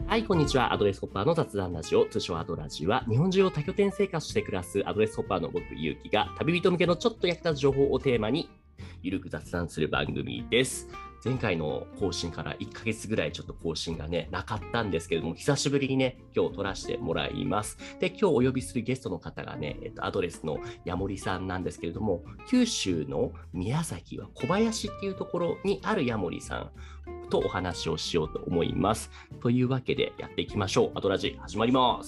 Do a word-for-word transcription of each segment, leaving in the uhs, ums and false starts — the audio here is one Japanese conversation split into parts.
はい、こんにちは。アドレスホッパーの雑談ラジオ、通称アドラジは、日本中を多拠点生活して暮らすアドレスホッパーの僕、ゆうきが、旅人向けのちょっと役立つ情報をテーマに、ゆるく雑談する番組です。前回の更新からいっかげつぐらいちょっと更新がね、なかったんですけれども、久しぶりにね、今日撮らせてもらいます。で、今日お呼びするゲストの方がね、えっと、アドレスのヤモリさんなんですけれども、九州の宮崎は小林っていうところにあるヤモリさんとお話をしようと思います。というわけでやっていきましょう。アドラジ始まります。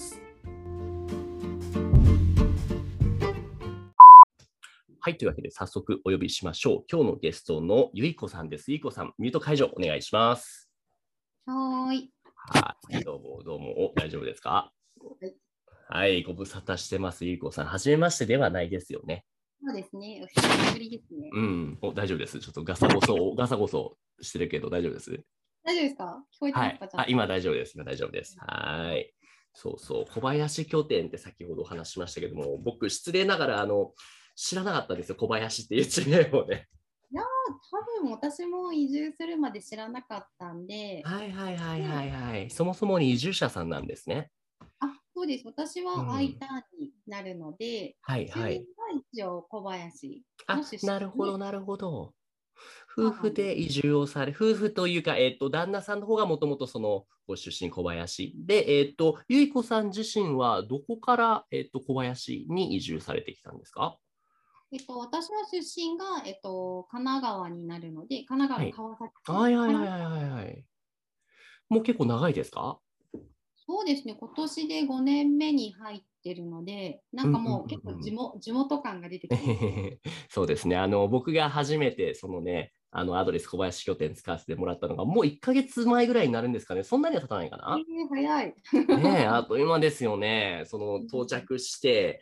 はい、というわけで早速お呼びしましょう。今日のゲストのゆいこさんです。ゆいこさん、ミュート解除お願いします。 はーい。 はい、どうもどうも。お、大丈夫ですか？はい、はい、ご無沙汰してます。ゆいこさん、はじめましてではないですよね。 そうですね。お久しぶりですね。 うん、お、大丈夫です。ちょっとガサゴソ、ガサゴソしてるけど大丈夫です。 大丈夫ですか？聞こえてますか？ はい、あ、今大丈夫です。今大丈夫です。はい。そうそう、小林拠点って先ほどお話ししましたけども、僕、失礼ながらあの知らなかったんですよ、小林っていう地名をね。 いやー、多分私も移住するまで知らなかったんで。 はいはいはいはいはい。そもそもに移住者さんなんですね。 あ、そうです。私は I ターンになるので、 うん、はいはい。 主人は一応小林のあ、 出身で。 なるほどなるほど。夫婦で移住をされ、夫婦というか、えっと、旦那さんの方がもともとそのご出身小林で、えっと、ゆいこさん自身はどこから、えっと、小林に移住されてきたんですか？ えっと、私の出身が、えっと、神奈川になるので、神奈川の川崎はいはいはいから。 はいはいはい。もう結構長いですか？ そうですね、今年でごねんめに入ってるので、なんかもう結構地元、地元感が出てきてますね。 そうですね。あの、僕が初めて、そのね、あの、アドレス小林拠点使わせてもらったのが、もういっかげつまえぐらいになるんですかね。そんなには経たないかな。 えー、早い。 ねえ、あっという間ですよね。その到着して、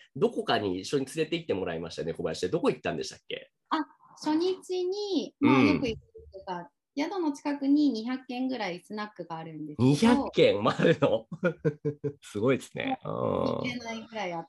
どこかに一緒に連れて行ってもらいましたね、小林で。どこ行ったんでしたっけ？ あ、初日に、 うまあよくん。 行くとか、宿の近くににひゃくけんぐらいスナックがあるんですけ 200 ど、 件もあるの？すごいですね。 もう行けうん。 ないぐらいあって、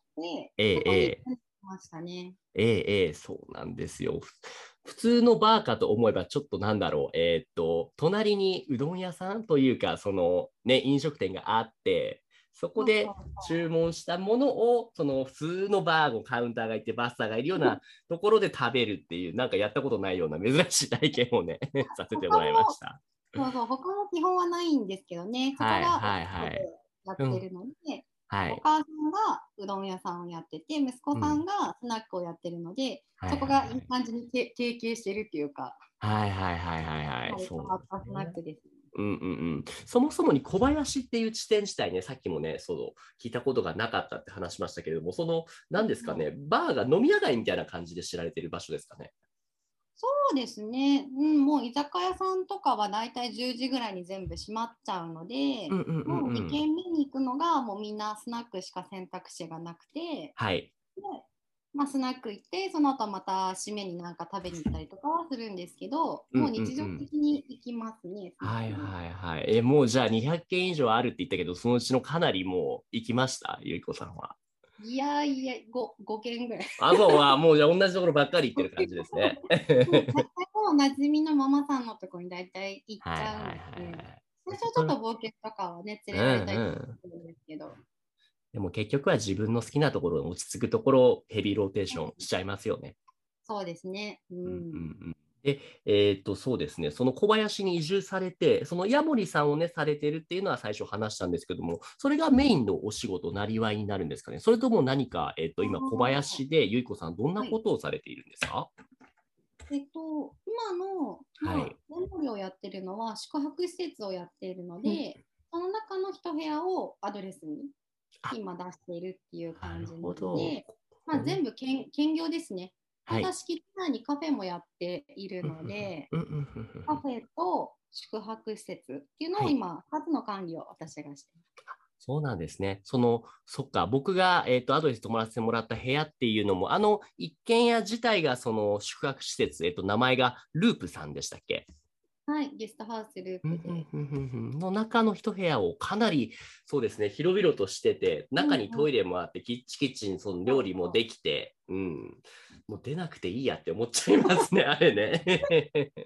ええ、 そこにええ。 行きましたね。 ええ、ええ、そうなんですよ。普通のバーかと思えば、ちょっとなんだろう、えーっと、隣にうどん屋さんというか、そのね、飲食店があって、そこそうそうで注文したものを、その普通のバーのカウンターがいて、バスターがいるようなところで食べるっていう、なんかやったことないような珍しい体験をね、させてもらいまし他も、 た。 そうそう、他も基本はないんですけどね、そこはいがはいはい。 親子でやっうん。 てるので、 はい。 お母さんがうどん屋さんをやってて、息子うん。 さんがスナックをやってるので、 はいはいそこがいいはい。 感じに提携してるっていうか、 はいはいはいはいはい。 はい、変そうわったスナッですね。 クですね。 うんうんうん、そもそもに小林っていう地点自体ね、さっきもね、その聞いたことがなかったって話しましたけれども、その、何ですかね、バーが飲み屋街みたいな感じで知られている場所ですかね。 そうですね、うん、もう居酒屋さんとかはだいたいじゅうじぐらいに全部閉まっちゃうので、 うんうんうんもうにうん。 軒目に行くのがもうみんなスナックしか選択肢がなくて、 はい。 で、まあ、スナック行って、その後また締めになんか食べに行ったりとかはするんですけど、 うんもううんうん。 日常的に行きますね、スナッはいクに。 はいはい。え、もうじゃあにひゃっけん以上あるって言ったけど、そのうちのかなりもう行きました、ゆいこさんは。 いやいや、ご、ごけんぐらい。 あ、そうは、もうじゃあ同じところばっかり行ってる感じですね。 もう大体もう馴染みのママさんのところに大体行っちゃうんはいはいはいで、 はい。 最初はちょっそこら、 と冒険とかはね、連うんれられたりうん。 するんですけど、 でも結局は自分の好きなところに落ち着くところをヘビーローテーションしちゃいますよね。 そうですね。ううんうんん。 うん。で、えっと、そうですね、その小林に移住されて、そのヤモリさんをね、されてるっていうのは最初話したんですけども、それがメインのお仕事、なりわいになるんですかね。それとも何か、えっと、今、小林で、ゆいこさん、どんなはい。 ことをされているんですか？ えっと、今の、まあ、 はい。 メモリをやってるのは宿泊施設をやっているのうん。 で、その中の一部屋をアドレスにあ、 今出しているっていうなる感じなほど。 ので、まあ、 この、 全部兼兼業ですね。たはい。 だ敷地内にカフェもやっているうんので、 うんうんうんうんうん。 カフェと宿泊施設っていうのはい。 を今、ふたつの管理を私がしています。 そうなんですね。その、そっか、僕が、えっと、アドレス泊まらせてもらった部屋っていうのも、あの、一軒家自体が、その、宿泊施設、えっと、名前がループさんでしたっけ？ はい、ゲストハウスルーうんプで。 うんうんうんうんの中の一部屋をかなり、そうですね、広々としてて、 うんうん、 中にトイレもあって、キッチキッチン、その料理もそうそう。 できて、うん、もう出なくていいやって思っちゃいますね、あれね。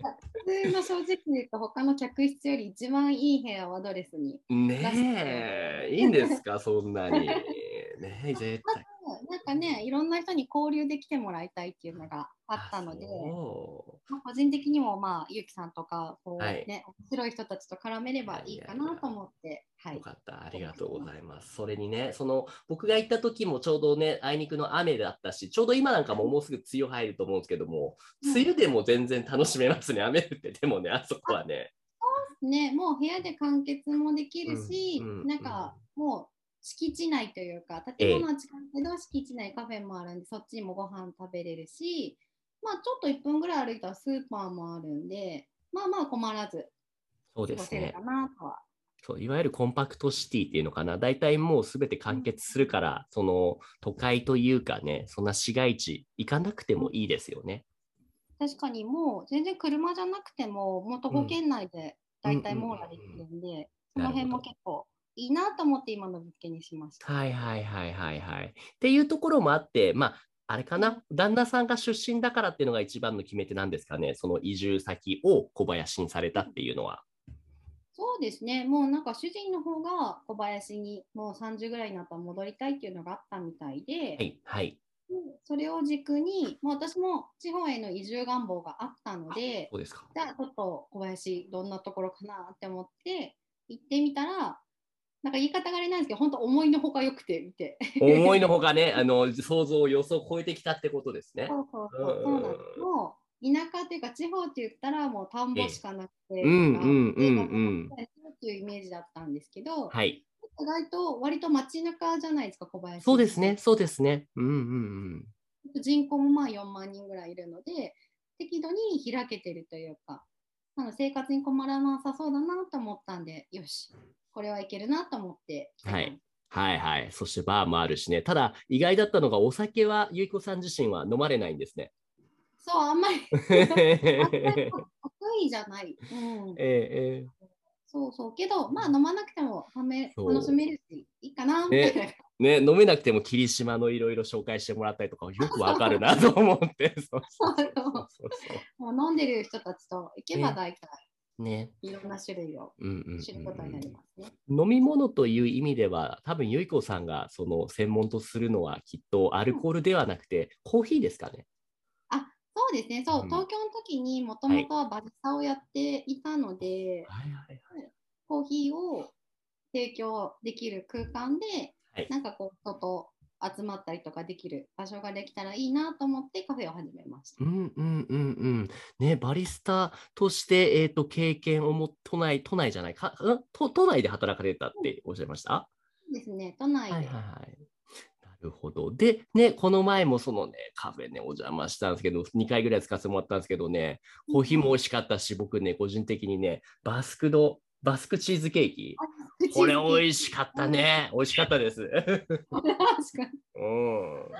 通の正直言うと他の客室より一番いいヘアはドレスに出してねえ、いいんですか、そんなに。ねえ、絶対。 なんかね、いろんな人に交流できてもらいたいっていうのがあっあ、 たので、 そまあ、個人的にも、まあ、ゆうきさんとかう。はい。 こう、ね、面白い人たちと絡めれいやばいいいやいや。 かなと思って、はい。 よかった。ありがとうございます。それにね、その、僕が行った時もちょうどね、あいにくの雨だったし、ちょうど今なんかももうすぐ梅雨入ると思うんですけども、 うん、 梅雨でも全然楽しめますね。雨降っててもね、あそこはね。 ね、もう部屋で完結もできるうん、うし、 ん、うん。 なんかもう敷地内というか、建物ええ、 は近いけど、敷地内カフェもあるんで、そっちにもご飯食べれるし、まあちょっといっぷんぐらい歩いたらスーパーもあるんで、まあまあ困らずそう過ごせるかですね。 なとは。 そう、いわゆるコンパクトシティっていうのかな。大体もうすべてうん、 完結するから、その都会というかね、そんな市街地行かなくてもいいですよね。 確かにもう全然車じゃなくても、もう徒うん、 歩圏内でうん、 大体うん、うん。 網羅できるんで、その辺もなるほど。 結構いいなと思って今の物件にしました。 はいはいはいはいはい。っていうところもあって、まあ、あれかうん、 な、旦那さんが出身だからっていうのが一番の決め手なんですかね、その移住先を小林にされたっていうのは。 そうですね、もうなんか主人の方が小林にもうさんじゅうぐらいになったら戻りたいっていうのがあったみたいで、 はいはい。 それを軸に、もう私も地方への移住願望があったのあ、 で、 そうですか。 じゃあちょっと小林どんなところかなって思って行ってみたら、なんか言い方があれなんですけど、本当思いのほか良くて見て。 思いのほかね、あの、想像、予想を超えてきたってことですね。 そうそううそう、そうなんです。 ん。 もう田舎っていうか地方って言ったらもう田んええ。 ぼしかなくうんてとか、 うんうん家がうん。 っていうイメージだったんですけど、 はい。 意外と割と街中じゃないですか、小林って。 そうですね、そうですね。うんうんうん。 人口もまあよんまん人ぐらいいるので、適度に開けてるというか、あの生活に困らなさそうだなと思ったんで、よし、これはいけるなと思って来たはい。 感じ。 はいはい。そしてバーもあるしね。ただ、意外だったのが、お酒はゆいこさん自身は飲まれないんですね。 そう、あんまりあんまりえ得意じゃない。うん。 えええ、 そうそう。けど、まあ飲まなくてもため楽しそめるし、いいかなう。ね、 みたいな。 ね、飲めなくても霧島のいろいろ紹介してもらったりとか、よくわかるなと思って。そうそうそうそうそうそうそうそもう飲んでる人たちと行う。 けばね、 大体ね。 いろんな種類をうんうんうん知ることになりますね。 うん。飲み物という意味では、多分ゆいこさんがその専門とするのはきっとアルうん、 コールではなくて、コーヒーですかね。 あ、そうですね。そう、 うん。 東京の時にもとはい。 もとはバリスタをやっていたので、 はいはいコーヒーを提供できる空間で、 はい。 なんかこう、人と集まったりとかできる場所ができたらいいなと思ってカフェを始めました。 うんうんうんうん。ね、バリスタとして、えっと、経験をも、都内、都内じゃないか、ん都、都内で働かれたっうん、 ておっしゃいました？ ですね、都内はいはいで。 はい。なるほど。で、ね、この前もそのね、カフェね、お邪魔したんですけど、にかいぐらい使ってもらったんですけどね、コーヒーも美うんうん、 味しかったし、僕ね、個人的にね、バスクド、バスクチーズケーキ、 あ、チこれーズケーキ。 美味しかったね。美味しかったです。 確かに。 うん。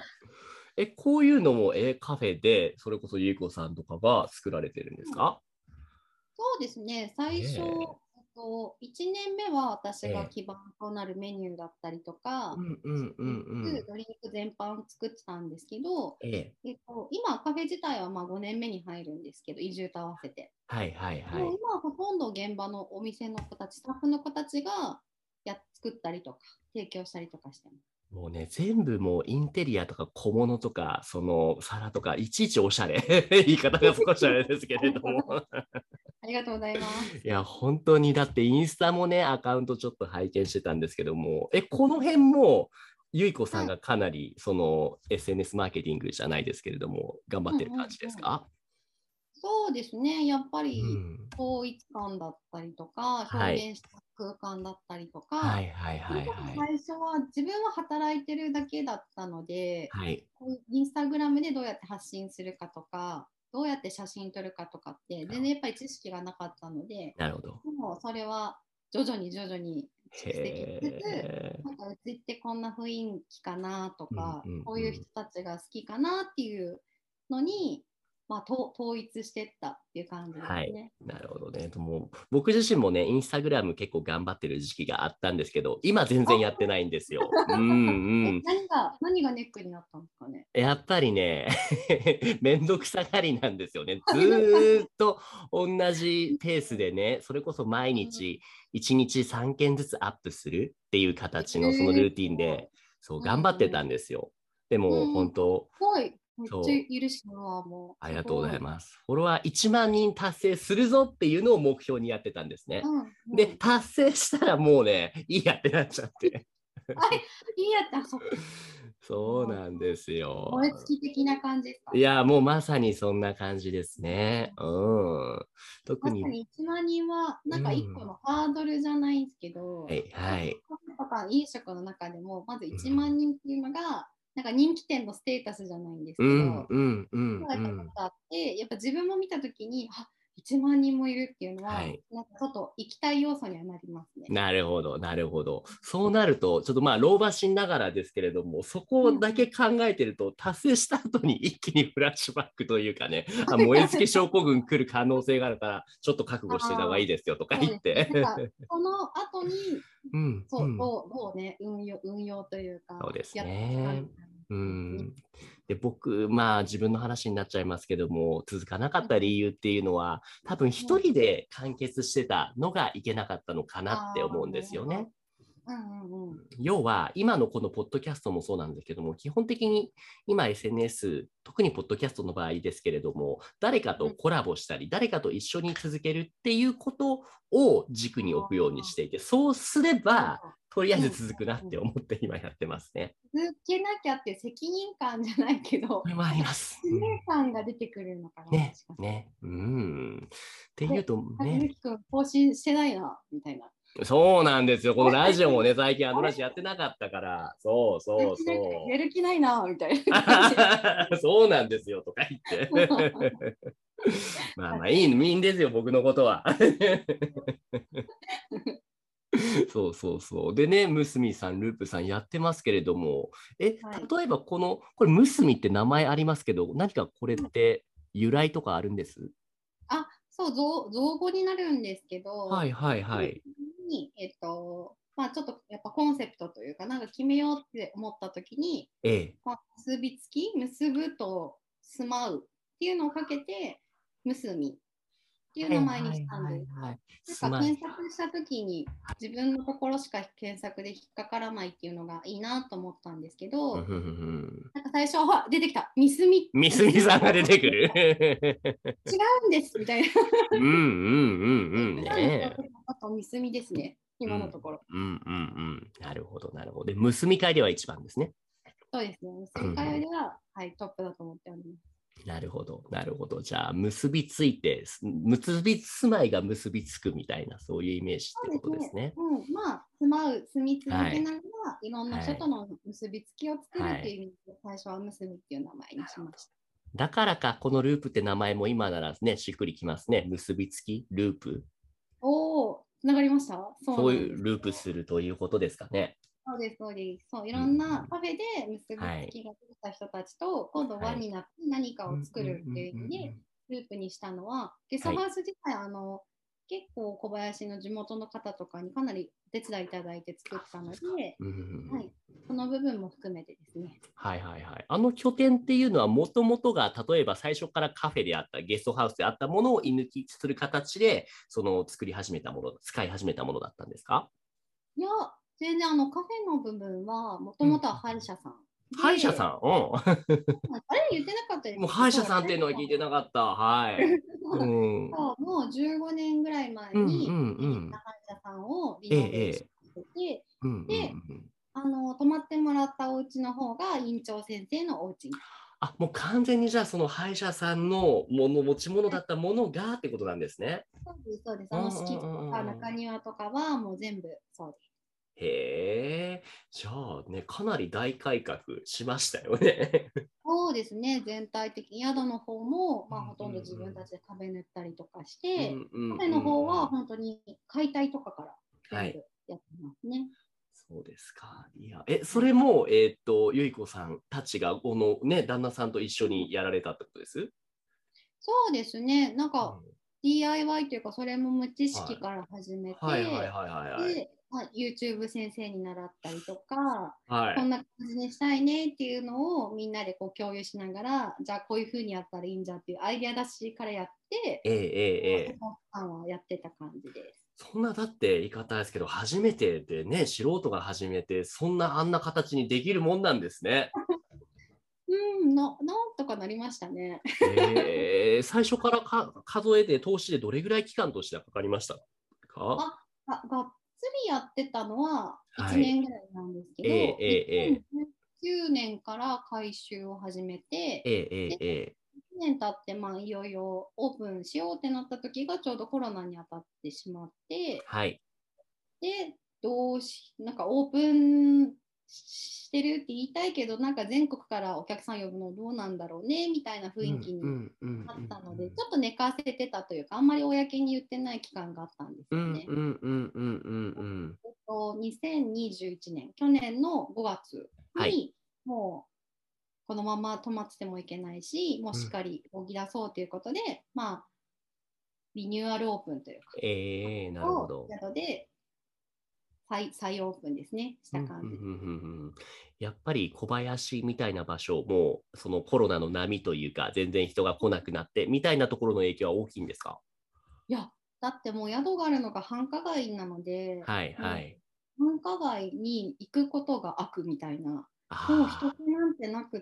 え、こういうのも、え、カフェで、それこそゆいこさんとかが作られてるんですか？ そうですね、最初、 ええっと、いちねんめは私がえええ、 基盤となるメニューだったりとか、 うんうんうんうん。 ドリンク全般作ってたんですけど、 ええ、 えっと、今カフェ自体はまあごねんめに入るんですけど、移住と合わせて。 はいはいはい。 もう今はほとんど現場のお店の子たち、スタッフの子たちがや作ったりとか、提供したりとかしてます。 もうね、全部もうインテリアとか小物とか、その皿とか、いちいちおしゃれ。言い方が少しあれですけれども。 ありがとうございます。 いや、本当に、だってインスタもね、アカウントちょっと拝見してたんですけども、え、この辺も、ゆいこさんはい。 がかなり、その エスエヌエス マーケティングじゃないですけれども、頑張うんってる感じでうんうん。 すか？ そうですね、やっぱうりん。 統一感だったりとか、 はい。 表現した空間だったりとか、 はいはいそれこそはいはい。 最初は自分は働いてるだけだったので、 はい。 こういうインスタグラムでどうやって発信するかとか、どうやって写真撮るかとかって、全然やっぱり知識がなかったので、 なるほど。 でもそれは徐々に徐々に蓄積しつへつ、 え。 なんかうちってこんな雰囲気かなとうんか、 うんこういう人うん。 たちが好きかなっていうのに、 まあ、と統一していったっていう感じですね。 はい、なるほどね。もう僕自身もね、インスタグラム結構頑張ってる時期があったんですけど、今全然やってないんですよ。うんうえん。 何が、何がネックになったんですかね。 やっぱりね、めんどくさがりなんですよね。ずめんどくさい。 ーっと同じペースでね、それこそ毎日いちにちさんけんずつアップするっていう形のそのえー、 ルーティンで、 すごい。 そう、 うんうん。 頑張ってたんですよ。でも、 うんうん。す本当、 ごい。めっちゃそう、 いるし、フォロワーも。 ありがとうごすごい。 ざいます。フォロワーいちまん人達成するぞっていうのを目標にやってたんですね。 うんで、 うん。 達成したらもうね、いいやってなっちゃって。 あ、いいやった、そっか。 そうもなんですよ。 う燃え尽き的な感じですか。 いや、もうまさにそんな感じですね。うん。特に、 確かにいちまん人は、 うなんか一個ん。 のハードルじゃないんですけど、 はい、 なんかはい。 カフェとか飲食の中でも、まずいちまんうん、 人っていうのが、なんか人気店のステータスじゃないんですうん、 けど、 うん、うん。 考えたこうん、 とあって、やっぱ自分も見たときに、あ、いちまん人もいるっていうのは、 はい。 なんかちょっと行きたい要素にはなりますね。 なるほど、なるほど。そうなると、ちょっとまあ、老婆心ながらですけれども、そこうんうん。 だけ考えてると、達成した後に一気にフラッシュバックというかね、あ、燃え尽き症候群来る可能性があるから、ちょっと覚悟してた方がああ、 いいですよとか言っそうですね。なんか、 て。 その後に、 うん、うそう、 ん。 どう、どうね、運用、運用というか、 そうですやっていくかみね。 たいなうですね。 ん。で、僕、まあ自分の話になっちゃいますけども、続かなかったうん理由っていうのは、多分うん。 一人で完結してたのがいけなかったのかなってああ、 思うんでなるほど。 すよね。 うんうんうん。 要は、今のこのポッドキャストもそうなんですけども、基本的に今 エスエヌエス、特にポッドキャストの場合ですけれども、誰かうん。 とコラボしたり、誰かと一緒に続けるっていうことを軸に置くようにあしていて、そうすれあ、なるば、 ほど。 とりあえずうん続くなっうんうん。 て思って今やってますね。 続けなきゃって責任感じゃないけど、 これもあなんかります。 使命うん、 感が出てくるのかな、もね、 しかして。 ね、うん。ってあれ、 いうとね、 あれゆきくん更新してないな、みたいな。 そうなんですよ。このラジオもね、最近アドあれ、 ラジやってなかったから、そうそうやる気ない、やそる気ないな、みたいう。 な感じ。 そうなんですよとか言って。まあまあいい、いいんですよ、僕のことは。そうそうそう。でね、ムスミさん、ループさんやってますけれども、え、 はい。 例えばこの、これムスミって名前ありますけど、何かこれって由来とかあるんです？ あ、そう、造造語になるんですけど、 はいはいはい。 に、えっと、まあちょっとやっぱコンセプトというか、なんか決めようって思ったときに、 ええ。 まあ、結びつき、結ぶと住まうっていうのをかけて、むすみっていうはい名前にはいはいしたんです。 はい。 なんかすまい。 検索したときに自分のところしか検索で引っかからないっていうのがいいなと思ったんですけど、 うんふんふんふん。 なんか最初は出てきた、みすみ、 みすみ結ぶさんが出てく違る。 うんですみたいな。 うんうんうんうん。 違うんですよ。 ねえ。 あとみすみですね、 うん今のところ。 うんうんうん。なるほどなるほど。で、結び会では一番ですね。 そうですね、結び会うんでは、はい、トップだと思っております。 なるほど、なるほど。じゃあ、結びついて、結び、住まいが結びつくみたいな、そういうイメージってこそうですね。 とですね。 うん、まあ、住まう、住み続はい。 けながら、いろんなはい。 人との結びつきを作るはい。 っていう意味で、最初は結びっていう名前にしました。 だからか、このループって名前も今ならね、しっくりきますね。結びつき、ループ。 おお、つながりました。そうそうなんです。 いうループするということですかね。 そうです、そうです。そう、いうろんなん。 カフェで結びはい。 つきができた人たちと、今度はい。 輪になって何かをうんうん作るっていう意味で、 うんうんループにしたのは、ゲスはい。 トハウス自体、あの、結構小林の地元の方とかにかなりお手伝いいただいて作ったのそうですか。 で、 うんうんうはい、 んその部分も含めてですね。 はいはいはい。あの拠点っていうのはもともとが例えば最初からカフェであったゲストハウスであったものを居抜きする形でその作り始めたもの、使い始めたものだったんですか？ いや、全然あのカフェの部分はもとうん。 もとは歯医者さんで、 歯医者さん。うあれ言ってなかったでん。もうすっけ？そう、 歯医者さんっていうのは聞いてなかった。はい。うん。うんそうもうじゅうごねんぐらい前うんにうん。 気に入った歯医者さんをリええノベーシええ。 ョンしてて、 うんうんで、 うん。 あの泊まってもらったお家の方が院長先生のお家に。 あ、もう完全にじゃあその歯医者さんのもの、持ち物だったものがってことなんですね。 そうです、そうです。あのうんうん敷地とかうんうん。 中庭とかはもう全部そうです。 へえ、じゃあね、かなり大改革しましたよね。 そうですね、全体的に宿の方も、まあ、ほうんうとんど自分んたちで壁塗ったりとかしうん。うて、 んうんうんうカフェの方はん。 本当に解体とかから全部はい。 やってますね。 そうですか。いや、え、そはい、 れも、えーっと、ゆいこさんたちが、このね、旦那さんと一緒にやられたってことです？ そうですね。なんかうん、 ディーアイワイ というか、それも無知識はい。 から始めはいはいて、 はいはいはい。 で、まあ、YouTube 先生に習ったりとか、 はい。 こんな感じにしたいねっていうのをみんなでこう共有しながら、じゃあこういうふうにやったらいいんじゃっていうアイデア出しからやって、 ええええええ。 お父さんはやってた感じです。 そんなだって言い方ですけど、初めてでね、素人が始めて、そんなあんな形にできるもんなんですね。 うん、な、なんとかなりましたね。 えー、最初からか数えで投資でどれぐらい期間としてはかかりましたか？ あ、あがっつりやってたのは1 はい。 年ぐらいなんですけえー、 ど、 えー、 にせんじゅうきゅうねんから回収を始めて、 えー、えで、 ー、えいちねん経って、まあ、いよいよオープンしようってなった時がちょうどコロナに当たってしまって、 ー、はい。 で、どうし、なんかオープンしてるって言いたいけど、なんか全国からお客さん呼ぶのどうなんだろうねみたいな雰うん、う囲気にん、うん、 あうん、 ったので、ちょっと寝かせてたというか、あんまり公に言ってない期間があったんですうん、 よね。 うん、うん、うん、うん、うん。 えっと、にせんにじゅういちねん、去年のごがつはい。 に、もうこのまま止まっててもいけないし、もううん、 しっかり動き出そうということで、まあ、リニューアルオープンというか、 えー、なるほをど。 宿で再再オープンですね、しうん、うん、 た感じです。 うん、うん。うん、やっぱり小林みたいな場所も、そのコロナの波というか、全然人が来なくなって、みたいなところの影響は大きいんですか？ いや、だってもう宿があるのが繁華街なので、 はい、 もうはい。 繁華街に行くことが悪みたいな、もう人あ気なんてなくって、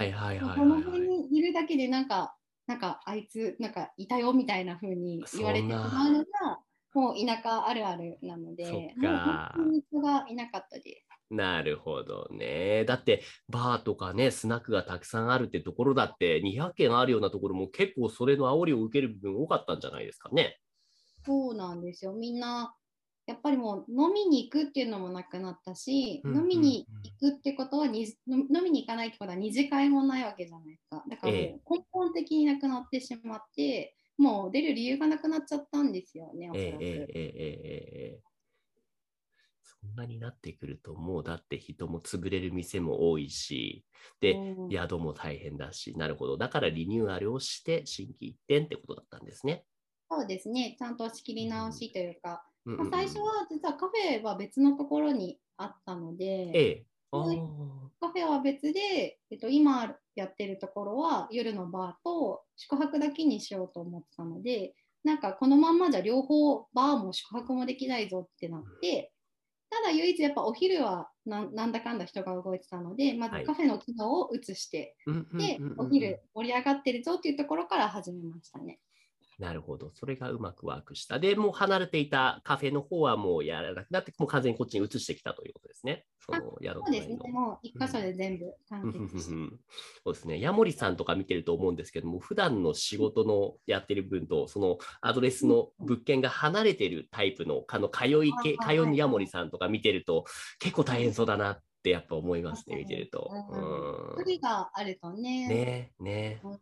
あ、はい、はい、はい、 もうこのはい、はい。 辺にいるだけでなんか、なんかあいつ、なんかいたよみたいな風に言わそれてしまうんな、 のが、もう田舎あるあるなのそっで、もう本当か。 に人がいなかったです。 なるほどね。だって、バーとかね、スナックがたくさんあるってところだって、にひゃっけんあるようなところも結構それの煽りを受ける部分多かったんじゃないですかね。 そうなんですよ。みんな、やっぱりもう飲みに行くっていうのもなくなったし、 うん、うん、 飲みにうん。 行くってことはに、飲みに行かないってことは二次会もないわけじゃないですか。だかええ、 らもう根本的になくなってしまって、もう出る理由がなくなっちゃったんですよね、おええ、ええ、 そらく。 ええ、ええ。そんなになってくると、もうだって人も潰れる店も多いし、で、 うん、 宿も大変だし、なるほど。だからリニューアルをして、心機一転ってことだったんですね。 そうですね、ちゃんと仕切り直しというか、 うん、うん、 まあ、 うん。 最初は実はカフェは別のところにあったので、 ええ。あであ。 カフェは別で、えっと、今やってるところは夜のバーと宿泊だけにしようと思ってたので、なんかこのまんまじゃ両方バーも宿泊もできないぞってなって、ただ唯一やっぱお昼はななんだかんだ人が動いてたので、まずはい。 カフェの機能を移して、 うん、うん、 で、 うん、うん。うん。 お昼盛り上がってるぞっていうところから始めましたね。 なるほど。それがうまくワークした。で、もう離れていたカフェの方はもうやらなくなって、もう完全にこっちに移してきたということですね。そあ、 の宿そうですね。 隣の。 もう一うん。 箇所で全部完ふふ結して。 ふふそうですね。ヤモリさんとか見てると思うんですけども、普段の仕事のやってる分と、そのアドレスうん、 の物件が離れてるタイプの、あの、通い系、 あ、 通いはい、 ヤモリはい。 さんとか見てると、結構大変そうだなってやっぱ思いますね、見てると。ううん、距離ーん。 があるとね、 ねえ、ねえ。 うん、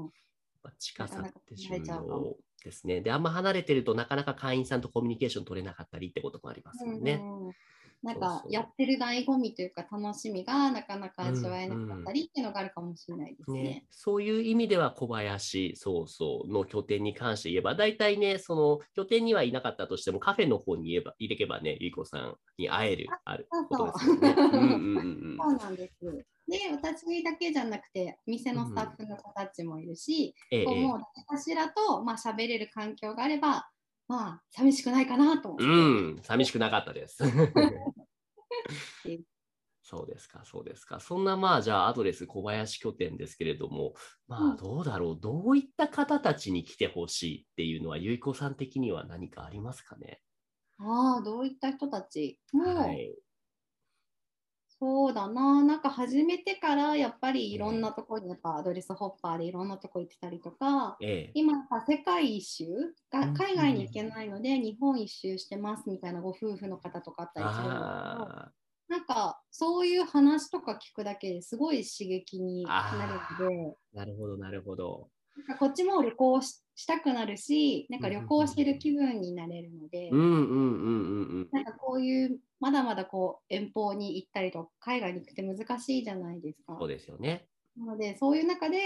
近さっなかなか考えて重ちゃうかも。 要ですね。で、あんま離れてるとなかなか会員さんとコミュニケーション取れなかったりってこともありますうもんね。 ん、うん、なんそうかやそってる醍醐味というか楽しみがなかなかう。うん、 味わえなかったうん。 りっていうのがあるかもしれないですね、 ね。 そういう意味では小林、そうそうの拠点に関して言えば、大体ね、その拠点にはいなかったとしても、カフェの方に言えば、入れけばね、ゆいこさんに会える、 あ、 あることでそうそう。 すもんね。うんうんうんそうなんです。で、私だけじゃなくて、店うん。 のスタッうん。 フの子たちもいるし、 ええ、 こうもう誰かしらと、まあ、喋れる環境があれば、まあ、寂しくないかなと思ええ。 って。 うん、寂しくなかったです。 で、 そうですか、そうですか。そんなまあ、じゃあ、アドレス小林拠点ですけれども、まあ、 うん、 どうだろう。どういった方たちに来てほしいっていうのは、ゆいこさん的には何かありますかね。 ああ、どういった人たちもう、 はい。 そうだな、なんか始めてからやっぱりいろんなえところにやっぱアドレスホッパーでいろんなとこ行ってたりとか、 え、ええ。 今さ世界一周がうん海外に行けうんうん。 ないので日本一周してますみたいなご夫婦の方とかあったりするんですけど、 あなんかそういう話とか聞くだけですごい刺激になるのあ、あで、 あ、なるほど、なるほど。 なんかこっちも旅行し、したくなるし、なんうんうんか旅行してる気分になれるので、 うんうんうんうんうんうん。 なんかこういうまだまだこう遠方に行ったりとか海外に行くって難しいじゃないですか。 そうですよね。 なのでそういう中で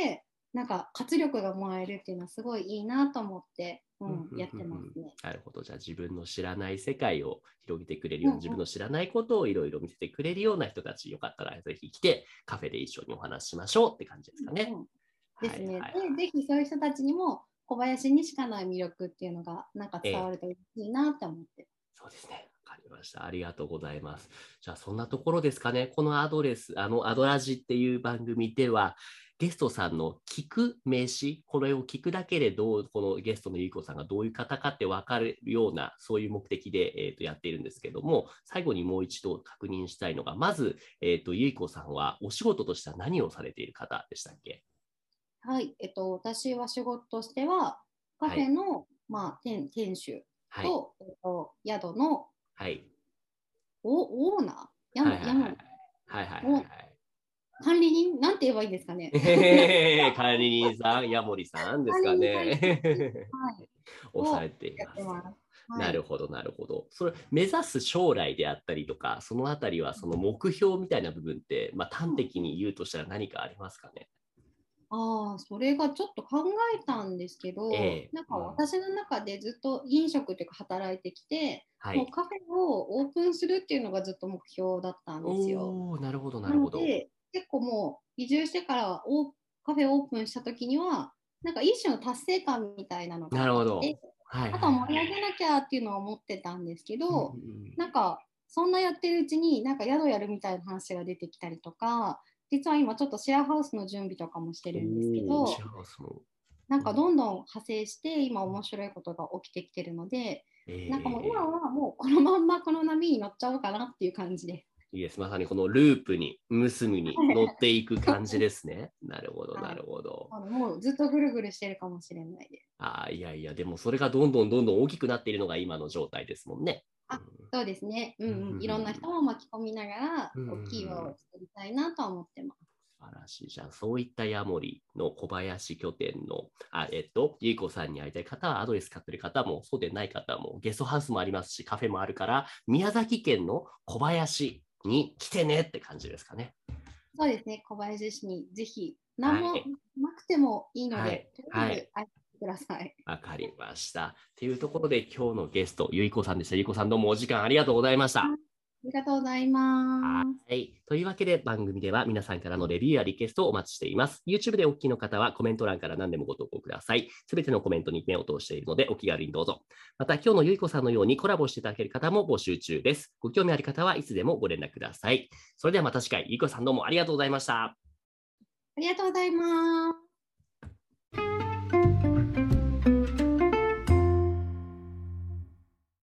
なんか活力がもらえるっていうのはすごいいいなと思って、うん、やってますね。 なるほど。じゃあ自分の知らない世界を広げてくれるような、 うんうん、 自分の知らないことをいろいろ見せてくれるような人たち、よかったらぜひ来てカフェで一緒にお話ししましょうって感じですかね。 うん、ですね。 はいはいはい。 で、ぜひそういう人たちにも小林にしかない魅力っていうのがなんかええ、 伝わるといいなって思って。 そうですね。わかりました。ありがとうございます。じゃあそんなところですかね。このアドレス、あのアドラジっていう番組では、ゲストさんの聞く名詞、これを聞くだけでどう、このゲストのゆいこさんがどういう方かって分かるような、そういう目的で、えー、とやっているんですけども、最後にもう一度確認したいのが、まず、えー、とゆいこさんはお仕事としては何をされている方でしたっけ？ はい、えっと、私は仕事としては、カはい。 フェの、まあ、店、店主はい。 と、えっと、宿のはい。 オオーナー、やはいはいはい。 もやもはいはいはいのはい。 管理人、なんて言えばいいんですかね。 管理人さん、ヤモリさんですか管理人さん的に、 ね。 はい、 をさをれていやっます。 てます。はい。 なるほど、なるほど。それ、目指す将来であったりとか、そのあたりは、その目標みたいな部分って、まあ、端うん、 的に言うとしたら何かありますかね？ ああ、それがちょっと考えたんですけど、 ええ、 なんかうん。 私の中でずっと飲食というか働いてきて、 はい。 もうカフェをオープンするっていうのがずっと目標だったんですよ。 おー、なるほど、ななるほど。 ので、結構もう移住してからオーカフェオープンした時には、なんか一種の達成感みたいなのながあって、 るほど。はいあとははいはい。 盛り上げなきゃっていうのは思ってたんですけうんうんうど、 ん。 なんかそんなやってるうちに、なんか宿やるみたいな話が出てきたりとか、実は今ちょっとシェアハウスの準備とかもしてるんですけおー、シど、 ェアハウスも。 なんかうん、 どんどん派生して今面白いことが起きてきてるので、 えなんかもう今え、 はもうこのまんまこの波に乗っちゃおうかなっていう感じです。 いいです。まさにこのループに、結に乗っていく感じですね。なるほど、なはい。 るほど。 あのもうずっとぐるぐるしてるかもしれないです。 ああ、いやいや、でもそれがどんどんどんどん大きくなっているのが今の状態ですもんね。うあ、 ん、 そうですね。うんうん、ううん。いろんな人ん、 も巻き込みながら、 うん、う大きい輪ん。 を作りたいなとは思ってます。 素晴らしい。じゃあ、そういったヤモリの小林拠点の、あ、えっと、ゆいこさんに会いたい方は、アドレス買ってる方も、そうでない方も、ゲストハウスもありますし、カフェもあるから、宮崎県の小林に来てねって感じですかね。 そうですね。小林氏にぜひ、何もはい。 なくてもいいので、 はい。 とりあはい。 えず会ってください。 わかりました。というところで、今日のゲスト、ゆいこさんでした。ゆいこさん、どうもお時間ありがとうございましあた。 りがとうございます。 はい。というわけで番組では皆さんからのレビューやリクエストをお待ちしています。YouTube でお聞きの方はコメント欄から何でもご投稿ください。すべてのコメントに目を通しているのでお気軽にどうぞ。また今日のゆいこさんのようにコラボしていただける方も募集中です。ご興味ある方はいつでもご連絡ください。それではまた次回、ゆいこさんどうもありがとうございました。 ありがとうございます。